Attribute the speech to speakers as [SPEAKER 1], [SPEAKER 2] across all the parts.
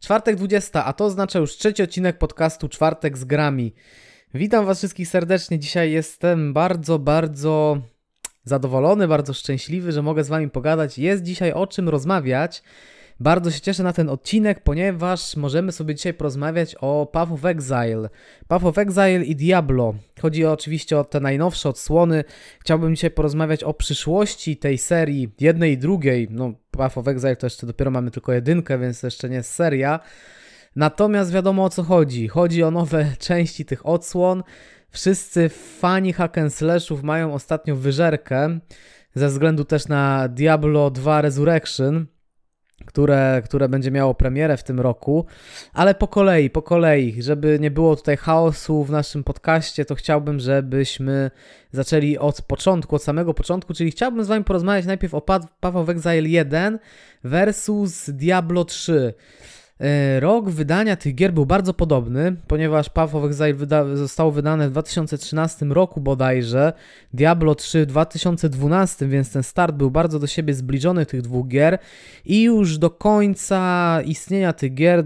[SPEAKER 1] Czwartek 20, a to oznacza już trzeci odcinek podcastu Czwartek z grami. Witam was wszystkich serdecznie. Dzisiaj jestem bardzo zadowolony, bardzo szczęśliwy, że mogę z wami pogadać. Jest dzisiaj o czym rozmawiać. Bardzo się cieszę na ten odcinek, ponieważ możemy sobie dzisiaj porozmawiać o Path of Exile. Path of Exile i Diablo. Chodzi oczywiście o te najnowsze odsłony. Chciałbym dzisiaj porozmawiać o przyszłości tej serii, jednej i drugiej. No, Path of Exile to jeszcze dopiero mamy tylko jedynkę, więc to jeszcze nie jest seria. Natomiast wiadomo o co chodzi. Chodzi o nowe części tych odsłon. Wszyscy fani hack and slashów mają ostatnio wyżerkę, ze względu też na Diablo 2 Resurrection, które będzie miało premierę w tym roku, ale po kolei, żeby nie było tutaj chaosu w naszym podcaście, to chciałbym, żebyśmy zaczęli od początku, od samego początku, czyli chciałbym z wami porozmawiać najpierw o Path of Exile 1 versus Diablo 3. Rok wydania tych gier był bardzo podobny, ponieważ Path of Exile zostało wydane w 2013 roku bodajże, Diablo 3 w 2012, więc ten start był bardzo do siebie zbliżony tych dwóch gier i już do końca istnienia tych gier,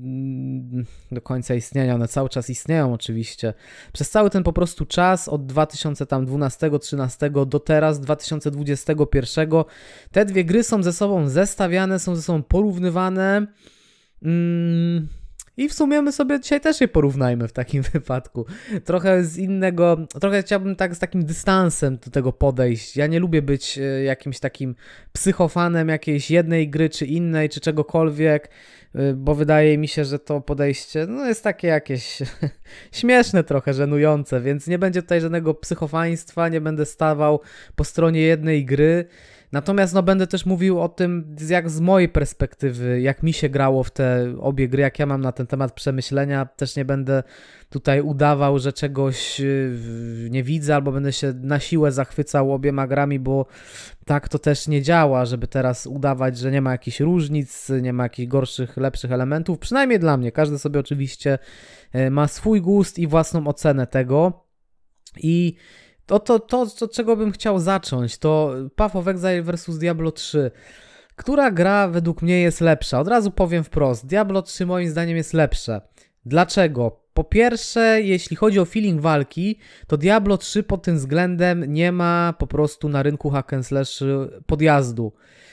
[SPEAKER 1] one cały czas istnieją oczywiście, przez cały ten po prostu czas od 2012-13 do teraz, 2021, te dwie gry są ze sobą zestawiane, są ze sobą porównywane. I w sumie my sobie dzisiaj też je porównajmy w takim wypadku. Trochę chciałbym tak z takim dystansem do tego podejść. Ja nie lubię być jakimś takim psychofanem jakiejś jednej gry, czy innej, czy czegokolwiek, bo wydaje mi się, że to podejście jest takie jakieś śmieszne trochę, żenujące, więc nie będzie tutaj żadnego psychofaństwa, nie będę stawał po stronie jednej gry. Natomiast będę też mówił o tym, jak z mojej perspektywy, jak mi się grało w te obie gry, jak ja mam na ten temat przemyślenia. Też nie będę tutaj udawał, że czegoś nie widzę, albo będę się na siłę zachwycał obiema grami, bo tak to też nie działa, żeby teraz udawać, że nie ma jakichś różnic, nie ma jakichś gorszych, lepszych elementów. Przynajmniej dla mnie. Każdy sobie oczywiście ma swój gust i własną ocenę tego. I to, czego bym chciał zacząć, to Path of Exile vs Diablo 3. Która gra według mnie jest lepsza? Od razu powiem wprost. Diablo 3 moim zdaniem jest lepsze. Dlaczego? Po pierwsze, jeśli chodzi o feeling walki, to Diablo 3 pod tym względem nie ma po prostu na rynku hack and slash podjazdu.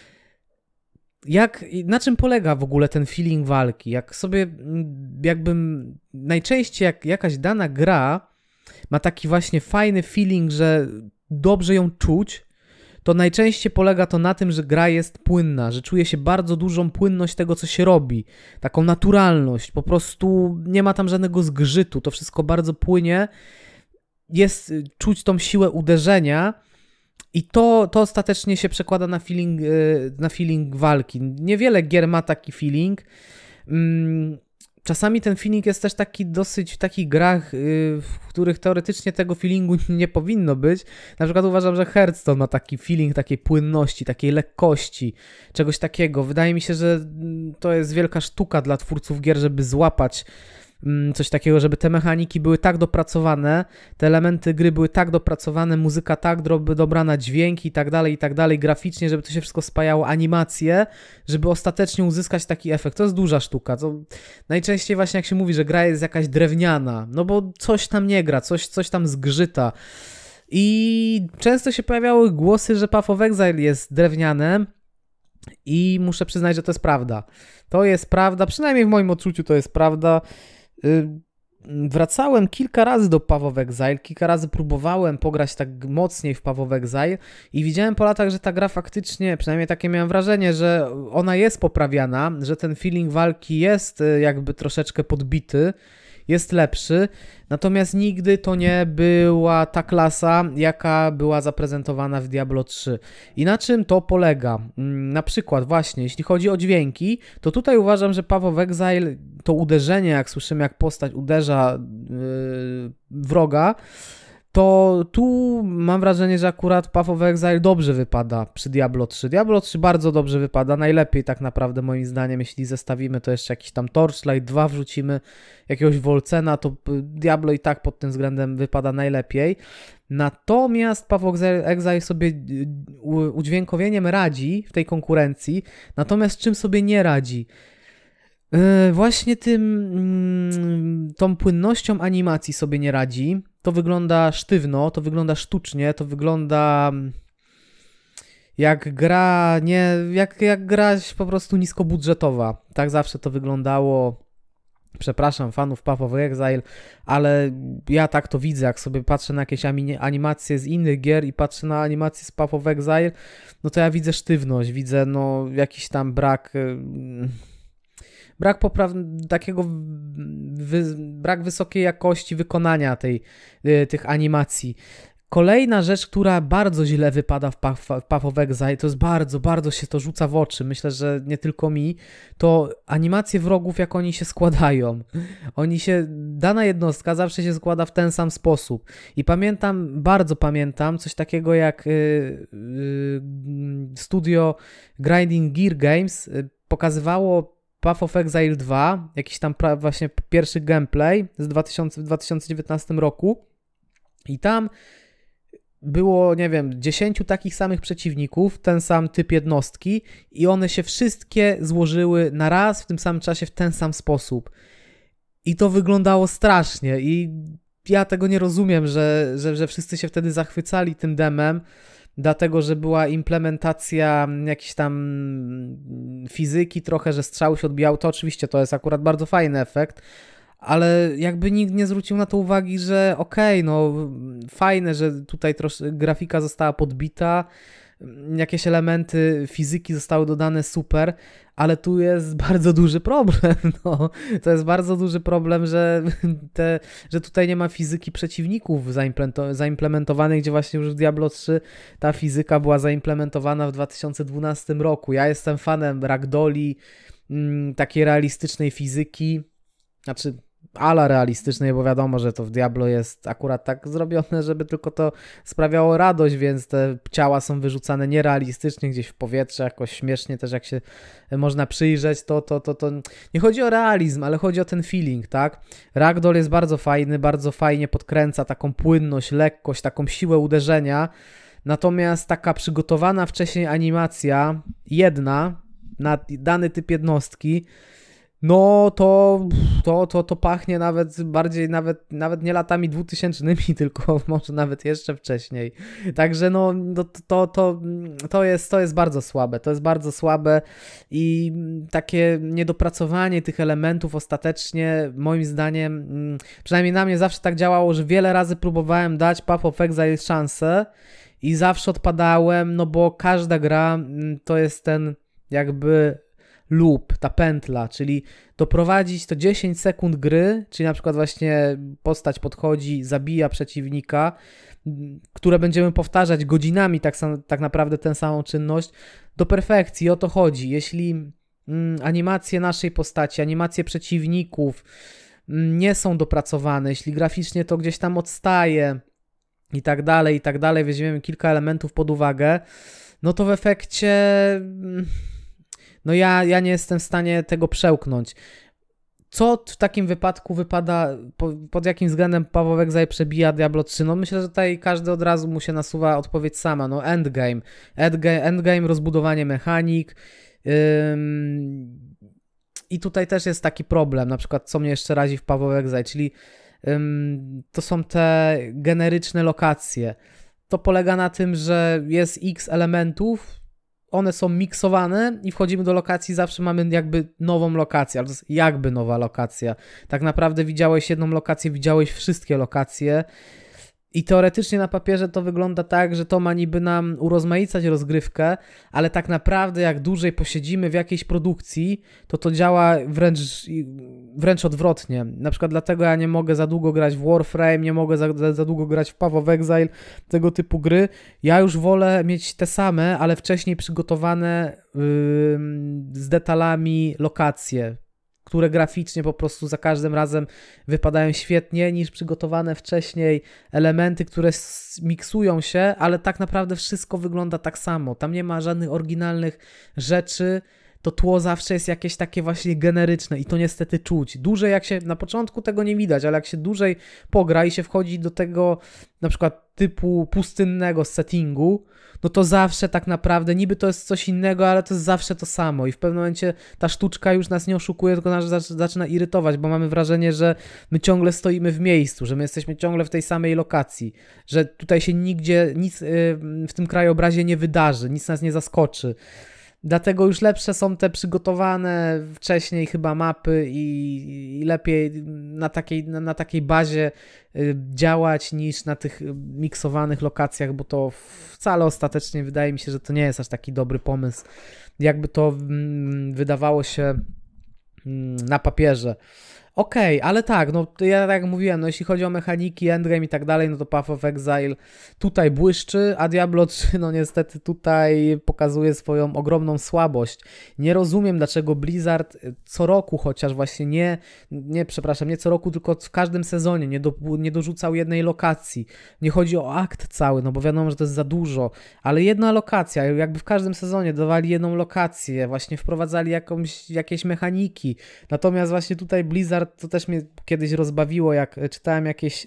[SPEAKER 1] Na czym polega w ogóle ten feeling walki? Najczęściej jak jakaś dana gra ma taki właśnie fajny feeling, że dobrze ją czuć, to najczęściej polega to na tym, że gra jest płynna, że czuje się bardzo dużą płynność tego, co się robi, taką naturalność, po prostu nie ma tam żadnego zgrzytu, to wszystko bardzo płynie, czuć tą siłę uderzenia i to ostatecznie się przekłada na feeling walki. Niewiele gier ma taki feeling. Czasami ten feeling jest też taki dosyć w takich grach, w których teoretycznie tego feelingu nie powinno być. Na przykład uważam, że Hearthstone ma taki feeling takiej płynności, takiej lekkości, czegoś takiego. Wydaje mi się, że to jest wielka sztuka dla twórców gier, żeby złapać coś takiego, żeby te mechaniki były tak dopracowane, te elementy gry były tak dopracowane, muzyka tak dobrana, dźwięki i tak dalej, graficznie, żeby to się wszystko spajało, animacje, żeby ostatecznie uzyskać taki efekt. To jest duża sztuka. To najczęściej właśnie jak się mówi, że gra jest jakaś drewniana, bo coś tam nie gra, coś tam zgrzyta. I często się pojawiały głosy, że Path of Exile jest drewniane i muszę przyznać, że to jest prawda. To jest prawda, przynajmniej w moim odczuciu to jest prawda. Wracałem kilka razy do Path of Exile, kilka razy próbowałem pograć tak mocniej w Path of Exile i widziałem po latach, że ta gra faktycznie, przynajmniej takie miałem wrażenie, że ona jest poprawiana, że ten feeling walki jest jakby troszeczkę podbity, jest lepszy, natomiast nigdy to nie była ta klasa, jaka była zaprezentowana w Diablo 3. I na czym to polega? Na przykład właśnie, jeśli chodzi o dźwięki, to tutaj uważam, że Path of Exile, to uderzenie, jak słyszymy, jak postać uderza wroga, to tu mam wrażenie, że akurat Path of Exile dobrze wypada przy Diablo 3. Diablo 3 bardzo dobrze wypada, najlepiej tak naprawdę moim zdaniem, jeśli zestawimy to jeszcze jakiś tam Torchlight 2 wrzucimy, jakiegoś Volcena, to Diablo i tak pod tym względem wypada najlepiej. Natomiast Path of Exile sobie udźwiękowieniem radzi w tej konkurencji, natomiast czym sobie nie radzi? Właśnie tą płynnością animacji sobie nie radzi. To wygląda sztywno, to wygląda sztucznie, to wygląda jak gra, nie, jak gra po prostu niskobudżetowa. Tak zawsze to wyglądało. Przepraszam fanów Path of Exile, ale ja tak to widzę, jak sobie patrzę na jakieś animacje z innych gier i patrzę na animacje z Path of Exile, no to ja widzę sztywność, widzę no jakiś tam brak brak wysokiej jakości wykonania tych animacji. Kolejna rzecz, która bardzo źle wypada w Path of Exile, to jest bardzo, bardzo się to rzuca w oczy, myślę, że nie tylko mi, to animacje wrogów, jak oni się składają. Dana jednostka zawsze się składa w ten sam sposób. I bardzo pamiętam coś takiego jak studio Grinding Gear Games pokazywało Path of Exile 2, jakiś tam właśnie pierwszy gameplay w 2019 roku i tam było, nie wiem, 10 takich samych przeciwników, ten sam typ jednostki i one się wszystkie złożyły na raz w tym samym czasie w ten sam sposób. I to wyglądało strasznie i ja tego nie rozumiem, że wszyscy się wtedy zachwycali tym demem, dlatego, że była implementacja jakiejś tam fizyki trochę, że strzały się odbijały, to oczywiście to jest akurat bardzo fajny efekt, ale jakby nikt nie zwrócił na to uwagi, że okej, no fajne, że tutaj troszkę grafika została podbita, jakieś elementy fizyki zostały dodane, super, ale tu jest bardzo duży problem, no. To jest bardzo duży problem, że tutaj nie ma fizyki przeciwników zaimplementowanej, gdzie właśnie już w Diablo 3 ta fizyka była zaimplementowana w 2012 roku. Ja jestem fanem ragdolli, takiej realistycznej fizyki, znaczy ala realistycznej, bo wiadomo, że to w Diablo jest akurat tak zrobione, żeby tylko to sprawiało radość, więc te ciała są wyrzucane nierealistycznie gdzieś w powietrze, jakoś śmiesznie też jak się można przyjrzeć, to nie chodzi o realizm, ale chodzi o ten feeling, tak? Ragdoll jest bardzo fajny, bardzo fajnie podkręca taką płynność, lekkość, taką siłę uderzenia, natomiast taka przygotowana wcześniej animacja, jedna na dany typ jednostki, no to pachnie nawet bardziej, nawet nie latami 2000, tylko może nawet jeszcze wcześniej. Także no to jest bardzo słabe, to jest bardzo słabe i takie niedopracowanie tych elementów ostatecznie moim zdaniem, przynajmniej na mnie zawsze tak działało, że wiele razy próbowałem dać Path of Exile szansę i zawsze odpadałem, no bo każda gra to jest ten jakby loop, ta pętla, czyli doprowadzić to 10 sekund gry, czyli na przykład właśnie postać podchodzi, zabija przeciwnika, które będziemy powtarzać godzinami tak naprawdę tę samą czynność, do perfekcji. O to chodzi. Jeśli animacje naszej postaci, animacje przeciwników nie są dopracowane, jeśli graficznie to gdzieś tam odstaje i tak dalej, weźmiemy kilka elementów pod uwagę, no to w efekcie no ja nie jestem w stanie tego przełknąć. Co w takim wypadku wypada, pod jakim względem Path of Exile przebija Diablo 3? No myślę, że tutaj każdy od razu mu się nasuwa odpowiedź sama. No endgame, rozbudowanie mechanik. I tutaj też jest taki problem, na przykład co mnie jeszcze razi w Path of Exile, czyli to są te generyczne lokacje. To polega na tym, że jest x elementów, one są miksowane i wchodzimy do lokacji, zawsze mamy jakby nową lokację, ale to jest jakby nowa lokacja. Tak naprawdę widziałeś jedną lokację, widziałeś wszystkie lokacje i teoretycznie na papierze to wygląda tak, że to ma niby nam urozmaicać rozgrywkę, ale tak naprawdę jak dłużej posiedzimy w jakiejś produkcji, to działa wręcz odwrotnie. Na przykład dlatego ja nie mogę za długo grać w Warframe, nie mogę za długo grać w Path of Exile, tego typu gry. Ja już wolę mieć te same, ale wcześniej przygotowane z detalami lokacje, które graficznie po prostu za każdym razem wypadają świetnie, niż przygotowane wcześniej elementy, które miksują się, ale tak naprawdę wszystko wygląda tak samo. Tam nie ma żadnych oryginalnych rzeczy, to tło zawsze jest jakieś takie właśnie generyczne i to niestety czuć. Dłużej jak się, na początku tego nie widać, ale jak się dłużej pogra i się wchodzi do tego na przykład typu pustynnego settingu, no to zawsze tak naprawdę, niby to jest coś innego, ale to jest zawsze to samo i w pewnym momencie ta sztuczka już nas nie oszukuje, tylko nas zaczyna irytować, bo mamy wrażenie, że my ciągle stoimy w miejscu, że my jesteśmy ciągle w tej samej lokacji, że tutaj się nigdzie nic w tym krajobrazie nie wydarzy, nic nas nie zaskoczy. Dlatego już lepsze są te przygotowane wcześniej chyba mapy i lepiej na takiej bazie działać niż na tych miksowanych lokacjach, bo to wcale ostatecznie wydaje mi się, że to nie jest aż taki dobry pomysł, jakby to wydawało się na papierze. Okej, ale tak, no ja tak jak mówiłem, no jeśli chodzi o mechaniki, endgame i tak dalej, no to Path of Exile tutaj błyszczy, a Diablo 3 no niestety tutaj pokazuje swoją ogromną słabość. Nie rozumiem, dlaczego Blizzard co roku chociaż właśnie nie co roku, tylko w każdym sezonie nie dorzucał jednej lokacji. Nie chodzi o akt cały, no bo wiadomo, że to jest za dużo, ale jedna lokacja, jakby w każdym sezonie dawali jedną lokację, właśnie wprowadzali jakieś mechaniki. Natomiast właśnie tutaj Blizzard, to też mnie kiedyś rozbawiło, jak czytałem jakiś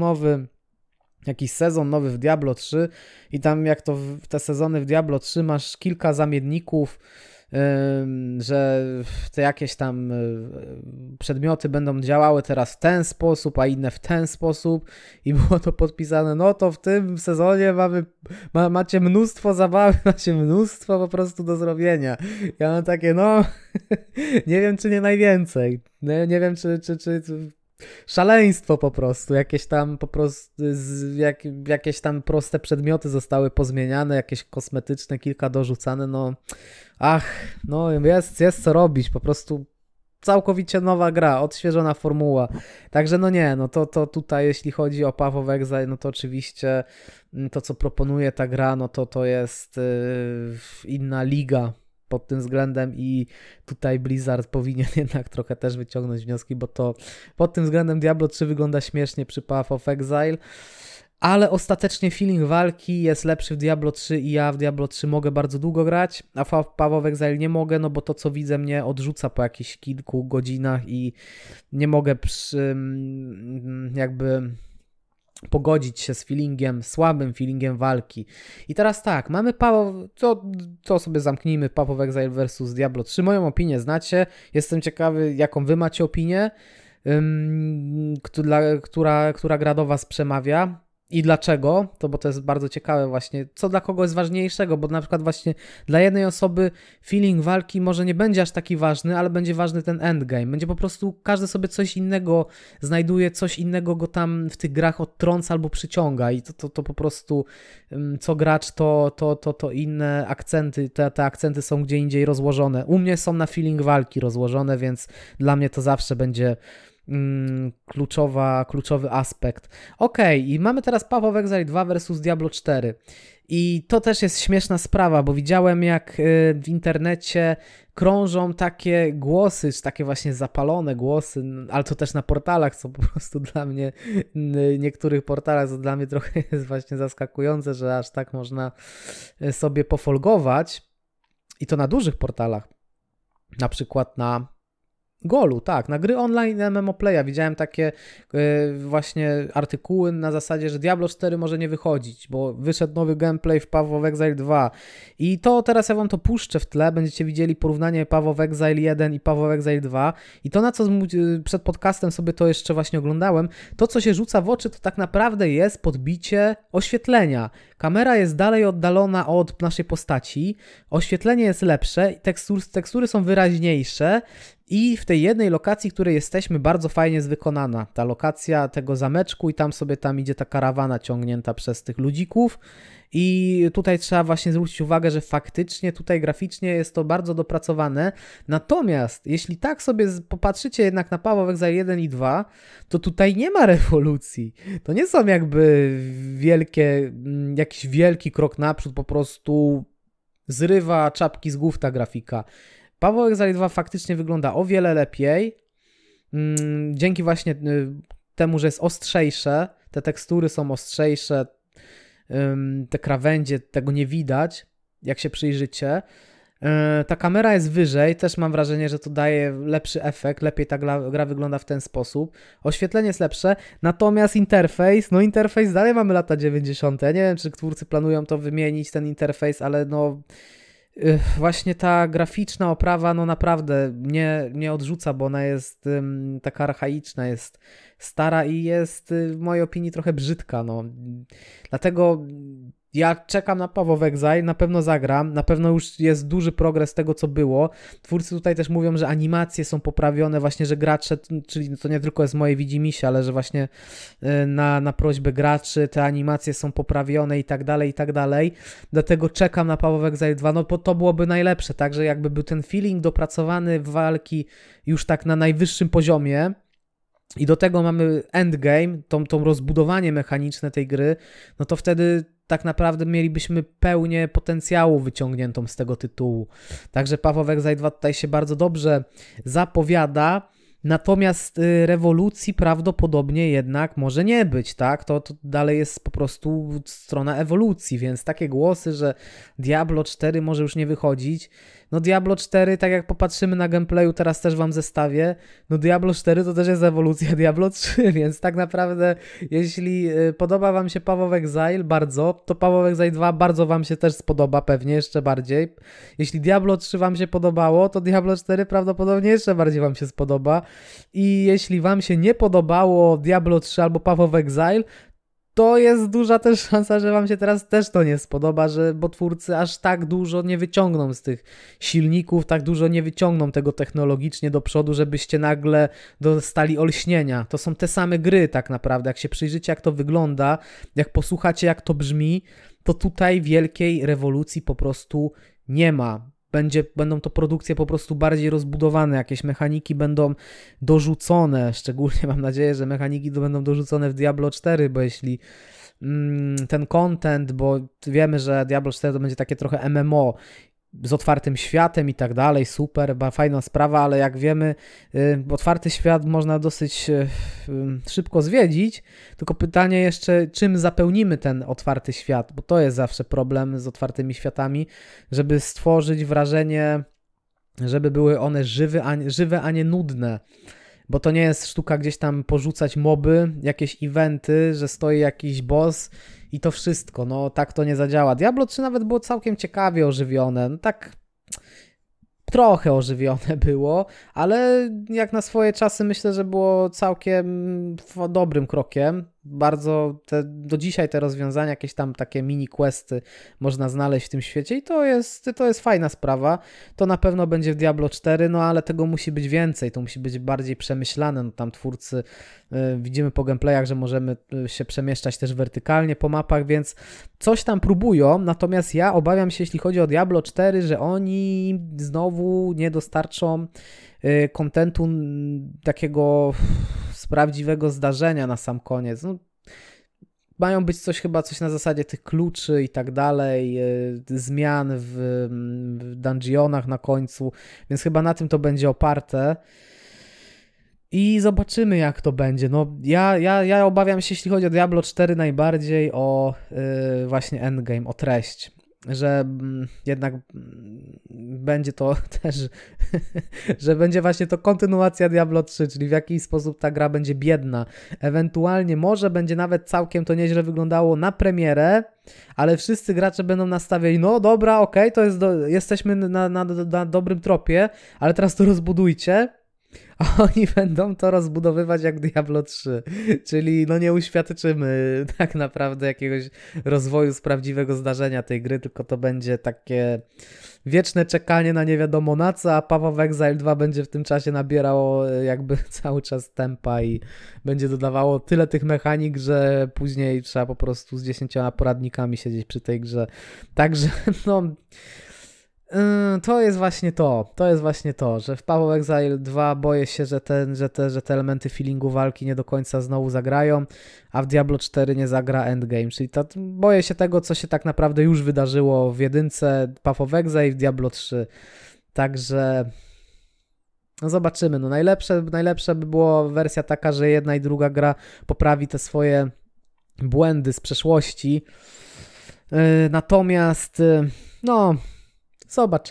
[SPEAKER 1] sezon nowy w Diablo 3 i tam jak to te sezony w Diablo 3 masz kilka zamienników, że te jakieś tam przedmioty będą działały teraz w ten sposób, a inne w ten sposób i było to podpisane, no to w tym sezonie macie mnóstwo zabawy, macie mnóstwo po prostu do zrobienia. Ja mam takie, no nie wiem, czy nie najwięcej. Nie wiem, czy szaleństwo po prostu, jakieś tam po prostu jakieś tam proste przedmioty zostały pozmieniane, jakieś kosmetyczne, kilka dorzucane, no no jest co robić, po prostu całkowicie nowa gra, odświeżona formuła, także no nie, no to tutaj jeśli chodzi o Path of Exile, no to oczywiście to co proponuje ta gra, no to jest inna liga pod tym względem i tutaj Blizzard powinien jednak trochę też wyciągnąć wnioski, bo to pod tym względem Diablo 3 wygląda śmiesznie przy Path of Exile, ale ostatecznie feeling walki jest lepszy w Diablo 3 i ja w Diablo 3 mogę bardzo długo grać, a w Path of Exile nie mogę, no bo to co widzę mnie odrzuca po jakichś kilku godzinach i nie mogę jakby pogodzić się z słabym feelingiem walki. I teraz tak, mamy to sobie zamknijmy, Path of Exile vs Diablo 3. Moją opinię znacie, jestem ciekawy, jaką wy macie opinię, która gra do was przemawia. I dlaczego? Bo to jest bardzo ciekawe właśnie, co dla kogo jest ważniejszego, bo na przykład właśnie dla jednej osoby feeling walki może nie będzie aż taki ważny, ale będzie ważny ten endgame. Będzie po prostu każdy sobie coś innego znajduje, coś innego go tam w tych grach odtrąca albo przyciąga i to po prostu co gracz to inne akcenty, te akcenty są gdzie indziej rozłożone. U mnie są na feeling walki rozłożone, więc dla mnie to zawsze będzie kluczowy aspekt. Okej, i mamy teraz Path of Exile 2 versus Diablo 4. I to też jest śmieszna sprawa, bo widziałem jak w internecie krążą takie głosy, czy takie właśnie zapalone głosy, ale to też na portalach, co po prostu dla mnie, niektórych portalach, co dla mnie trochę jest właśnie zaskakujące, że aż tak można sobie pofolgować. I to na dużych portalach. Na przykład na Golu, tak, na gry online MMO Playa widziałem takie właśnie artykuły na zasadzie, że Diablo 4 może nie wychodzić, bo wyszedł nowy gameplay w Path of Exile 2 i to teraz ja wam to puszczę w tle, będziecie widzieli porównanie Path of Exile 1 i Path of Exile 2 i to na co przed podcastem sobie to jeszcze właśnie oglądałem, to co się rzuca w oczy to tak naprawdę jest podbicie oświetlenia. Kamera jest dalej oddalona od naszej postaci, oświetlenie jest lepsze, tekstury są wyraźniejsze i w tej jednej lokacji, w której jesteśmy, bardzo fajnie jest wykonana. Ta lokacja tego zameczku i tam idzie ta karawana ciągnięta przez tych ludzików i tutaj trzeba właśnie zwrócić uwagę, że faktycznie tutaj graficznie jest to bardzo dopracowane. Natomiast jeśli tak sobie popatrzycie jednak na Path of Exile 1 i 2, to tutaj nie ma rewolucji. To nie są jakby jakiś wielki krok naprzód, po prostu zrywa czapki z głów ta grafika. Path of Exile 2 faktycznie wygląda o wiele lepiej, dzięki właśnie temu, że jest ostrzejsze, te tekstury są ostrzejsze, te krawędzie, tego nie widać, jak się przyjrzycie. Ta kamera jest wyżej, też mam wrażenie, że to daje lepszy efekt, lepiej ta gra wygląda w ten sposób. Oświetlenie jest lepsze, natomiast interfejs dalej mamy lata 90. Ja nie wiem, czy twórcy planują to wymienić, ten interfejs, ale no właśnie ta graficzna oprawa no naprawdę nie odrzuca, bo ona jest taka archaiczna, jest stara i jest w mojej opinii trochę brzydka, no. Dlatego ja czekam na Path of Exile, na pewno zagram, na pewno już jest duży progres tego, co było. Twórcy tutaj też mówią, że animacje są poprawione, właśnie, że gracze, czyli to nie tylko jest moje widzimisię, ale że właśnie na prośbę graczy te animacje są poprawione i tak dalej, i tak dalej. Dlatego czekam na Path of Exile 2, no bo to byłoby najlepsze, tak, że jakby był ten feeling dopracowany walki już tak na najwyższym poziomie, i do tego mamy endgame, tą rozbudowanie mechaniczne tej gry, no to wtedy tak naprawdę mielibyśmy pełnię potencjału wyciągniętą z tego tytułu. Także Path of Exile 2 tutaj się bardzo dobrze zapowiada, natomiast rewolucji prawdopodobnie jednak może nie być, tak? To dalej jest po prostu strona ewolucji, więc takie głosy, że Diablo 4 może już nie wychodzić. No Diablo 4, tak jak popatrzymy na gameplayu, teraz też wam zestawię, no Diablo 4 to też jest ewolucja Diablo 3, więc tak naprawdę jeśli podoba wam się Path of Exile bardzo, to Path of Exile 2 bardzo wam się też spodoba, pewnie jeszcze bardziej. Jeśli Diablo 3 wam się podobało, to Diablo 4 prawdopodobnie jeszcze bardziej wam się spodoba. I jeśli wam się nie podobało Diablo 3 albo Path of Exile, to jest duża też szansa, że wam się teraz też to nie spodoba, bo twórcy aż tak dużo nie wyciągną z tych silników, tak dużo nie wyciągną tego technologicznie do przodu, żebyście nagle dostali olśnienia. To są te same gry tak naprawdę. Jak się przyjrzycie, jak to wygląda, jak posłuchacie, jak to brzmi, to tutaj wielkiej rewolucji po prostu nie ma. Będą to produkcje po prostu bardziej rozbudowane, jakieś mechaniki będą dorzucone, szczególnie mam nadzieję, że mechaniki będą dorzucone w Diablo 4, bo jeśli ten content, bo wiemy, że Diablo 4 to będzie takie trochę MMO z otwartym światem i tak dalej, super, fajna sprawa, ale jak wiemy, otwarty świat można dosyć szybko zwiedzić, tylko pytanie jeszcze, czym zapełnimy ten otwarty świat, bo to jest zawsze problem z otwartymi światami, żeby stworzyć wrażenie, żeby były one żywe, a nie nudne. Bo to nie jest sztuka gdzieś tam porzucać moby, jakieś eventy, że stoi jakiś boss i to wszystko. No tak to nie zadziała. Diablo 3 nawet było całkiem ciekawie ożywione. No tak trochę ożywione było, ale jak na swoje czasy myślę, że było całkiem dobrym krokiem. Bardzo do dzisiaj te rozwiązania, jakieś tam takie mini questy można znaleźć w tym świecie i to jest fajna sprawa. To na pewno będzie w Diablo 4, no ale tego musi być więcej, to musi być bardziej przemyślane. No, tam twórcy widzimy po gameplayach, że możemy się przemieszczać też wertykalnie po mapach, więc coś tam próbują, natomiast ja obawiam się, jeśli chodzi o Diablo 4, że oni znowu nie dostarczą kontentu takiego z prawdziwego zdarzenia na sam koniec. No, mają być coś na zasadzie tych kluczy i tak dalej, zmian w dungeonach na końcu, więc chyba na tym to będzie oparte. I zobaczymy, jak to będzie. No, ja obawiam się, jeśli chodzi o Diablo 4, najbardziej o właśnie endgame, o treść. Że jednak będzie to też, że będzie właśnie to kontynuacja Diablo 3, czyli w jakiś sposób ta gra będzie biedna. Ewentualnie może będzie nawet całkiem to nieźle wyglądało na premierę, ale wszyscy gracze będą nastawieni, no dobra, okej, to jesteśmy na dobrym tropie, ale teraz to rozbudujcie. A oni będą to rozbudowywać jak Diablo 3, czyli no nie uświadczymy tak naprawdę jakiegoś rozwoju z prawdziwego zdarzenia tej gry, tylko to będzie takie wieczne czekanie na nie wiadomo na co, a Path of Exile 2 będzie w tym czasie nabierało jakby cały czas tempa i będzie dodawało tyle tych mechanik, że później trzeba po prostu z 10 poradnikami siedzieć przy tej grze. Także no... To jest właśnie to, że w Path of Exile 2 boję się, że te elementy feelingu walki nie do końca znowu zagrają, a w Diablo 4 nie zagra endgame, czyli boję się tego, co się tak naprawdę już wydarzyło w jedynce Path of Exile i w Diablo 3. Także no zobaczymy. No najlepsze by było wersja taka, że jedna i druga gra poprawi te swoje błędy z przeszłości. Natomiast no zobaczymy.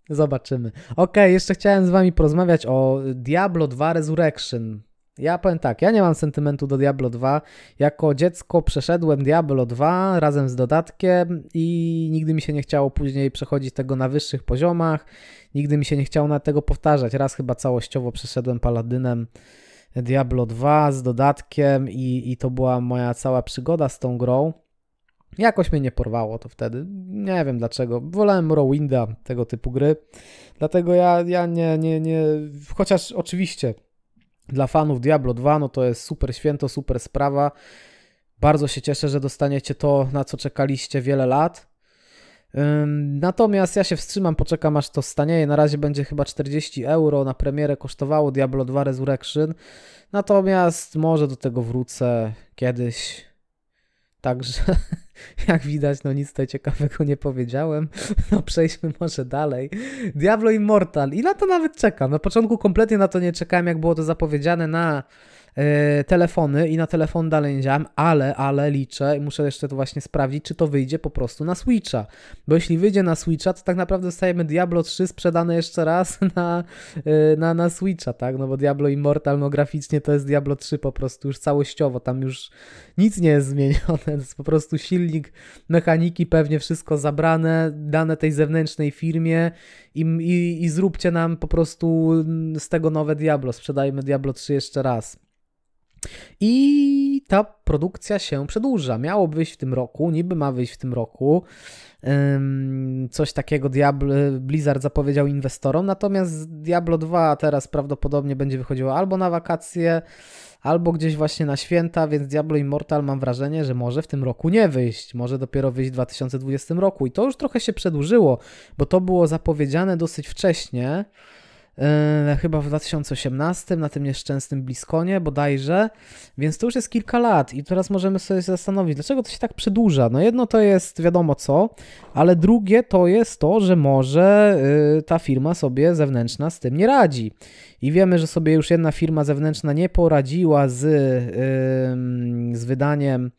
[SPEAKER 1] Zobaczymy. Okej, jeszcze chciałem z wami porozmawiać o Diablo 2 Resurrection. Ja powiem tak, ja nie mam sentymentu do Diablo 2. Jako dziecko przeszedłem Diablo 2 razem z dodatkiem i nigdy mi się nie chciało później przechodzić tego na wyższych poziomach. Nigdy mi się nie chciało na tego powtarzać. Raz chyba całościowo przeszedłem Paladynem Diablo 2 z dodatkiem i to była moja cała przygoda z tą grą. Jakoś mnie nie porwało to wtedy. Nie wiem dlaczego. Wolałem Morrowinda, tego typu gry. Dlatego ja nie... Chociaż oczywiście dla fanów Diablo 2 no to jest super święto, super sprawa. Bardzo się cieszę, że dostaniecie to, na co czekaliście wiele lat. Natomiast ja się wstrzymam, poczekam aż to stanieje. Na razie będzie chyba 40 euro. Na premierę kosztowało Diablo 2 Resurrection. Natomiast może do tego wrócę kiedyś. Także jak widać, no nic tutaj ciekawego nie powiedziałem. No przejdźmy może dalej. Diablo Immortal. I na to nawet czekam. Na początku kompletnie na to nie czekałem, jak było to zapowiedziane na telefony i na telefon dalej nie działam, ale liczę i muszę jeszcze to właśnie sprawdzić, czy to wyjdzie po prostu na Switcha. Bo jeśli wyjdzie na Switcha, to tak naprawdę dostajemy Diablo 3 sprzedane jeszcze raz na Switcha, tak? No bo Diablo Immortal, no graficznie to jest Diablo 3 po prostu już całościowo, tam już nic nie jest zmienione, to jest po prostu silnik, mechaniki, pewnie wszystko zabrane, dane tej zewnętrznej firmie i zróbcie nam po prostu z tego nowe Diablo, sprzedajmy Diablo 3 jeszcze raz. I ta produkcja się przedłuża. Miało wyjść w tym roku, niby ma wyjść w tym roku. Coś takiego Blizzard zapowiedział inwestorom, natomiast Diablo 2 teraz prawdopodobnie będzie wychodziło albo na wakacje, albo gdzieś właśnie na święta, więc Diablo Immortal mam wrażenie, że może w tym roku nie wyjść. Może dopiero wyjść w 2020 roku. I to już trochę się przedłużyło, bo to było zapowiedziane dosyć wcześnie. Chyba w 2018, na tym nieszczęsnym BlizzConie bodajże, więc to już jest kilka lat i teraz możemy sobie zastanowić, dlaczego to się tak przedłuża. No jedno to jest wiadomo co, ale drugie to jest to, że może ta firma sobie zewnętrzna z tym nie radzi. I wiemy, że sobie już jedna firma zewnętrzna nie poradziła z wydaniem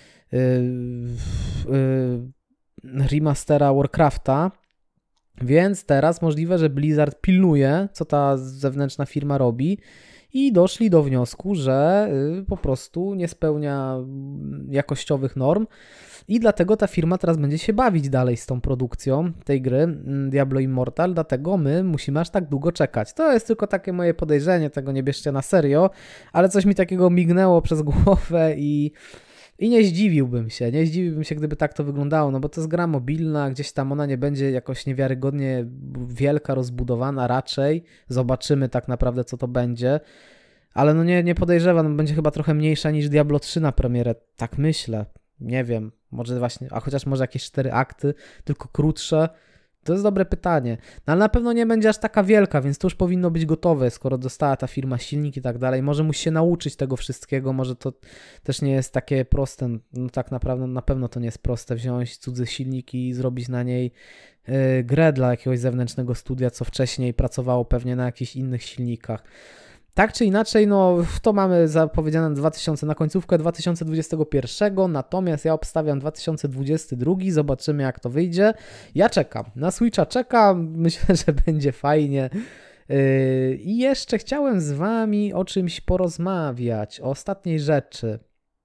[SPEAKER 1] remastera Warcrafta. Więc teraz możliwe, że Blizzard pilnuje, co ta zewnętrzna firma robi i doszli do wniosku, że po prostu nie spełnia jakościowych norm i dlatego ta firma teraz będzie się bawić dalej z tą produkcją tej gry Diablo Immortal, dlatego my musimy aż tak długo czekać. To jest tylko takie moje podejrzenie, tego nie bierzcie na serio, ale coś mi takiego mignęło przez głowę i nie zdziwiłbym się, gdyby tak to wyglądało, no bo to jest gra mobilna, gdzieś tam ona nie będzie jakoś niewiarygodnie wielka, rozbudowana raczej, zobaczymy tak naprawdę co to będzie, ale no nie podejrzewam, no będzie chyba trochę mniejsza niż Diablo 3 na premierę, tak myślę, nie wiem, może właśnie, a chociaż może jakieś 4 akty, tylko krótsze. To jest dobre pytanie, no ale na pewno nie będzie aż taka wielka, więc to już powinno być gotowe, skoro dostała ta firma silnik i tak dalej. Może musi się nauczyć tego wszystkiego, może to też nie jest takie proste, no tak naprawdę na pewno to nie jest proste wziąć cudzy silnik i zrobić na niej grę dla jakiegoś zewnętrznego studia, co wcześniej pracowało pewnie na jakichś innych silnikach. Tak czy inaczej, no to mamy zapowiedziane na końcówkę 2021, natomiast ja obstawiam 2022, zobaczymy jak to wyjdzie. Ja czekam, na Switcha czekam, myślę, że będzie fajnie. I jeszcze chciałem z wami o czymś porozmawiać, o ostatniej rzeczy.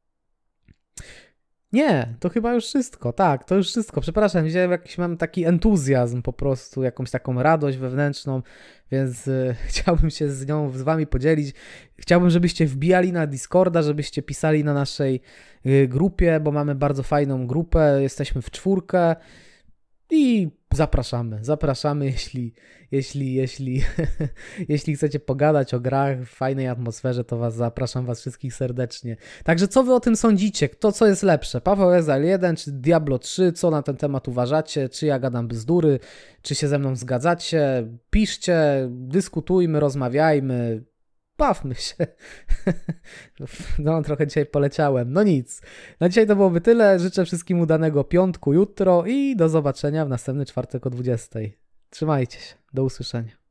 [SPEAKER 1] Nie, to chyba już wszystko, tak, to już wszystko. Przepraszam, widziałem jakiś mam taki entuzjazm po prostu, jakąś taką radość wewnętrzną, więc chciałbym się z wami podzielić. Chciałbym, żebyście wbijali na Discorda, żebyście pisali na naszej grupie, bo mamy bardzo fajną grupę, jesteśmy w 4 i zapraszamy, jeśli chcecie pogadać o grach w fajnej atmosferze, to zapraszam was wszystkich serdecznie. Także co wy o tym sądzicie? Co jest lepsze? Paweł Ezal 1 czy Diablo 3? Co na ten temat uważacie? Czy ja gadam bzdury? Czy się ze mną zgadzacie? Piszcie, dyskutujmy, rozmawiajmy. Bawmy się. No, trochę dzisiaj poleciałem. No nic. Na dzisiaj to byłoby tyle. Życzę wszystkim udanego piątku jutro i do zobaczenia w następny czwartek o 20:00. Trzymajcie się. Do usłyszenia.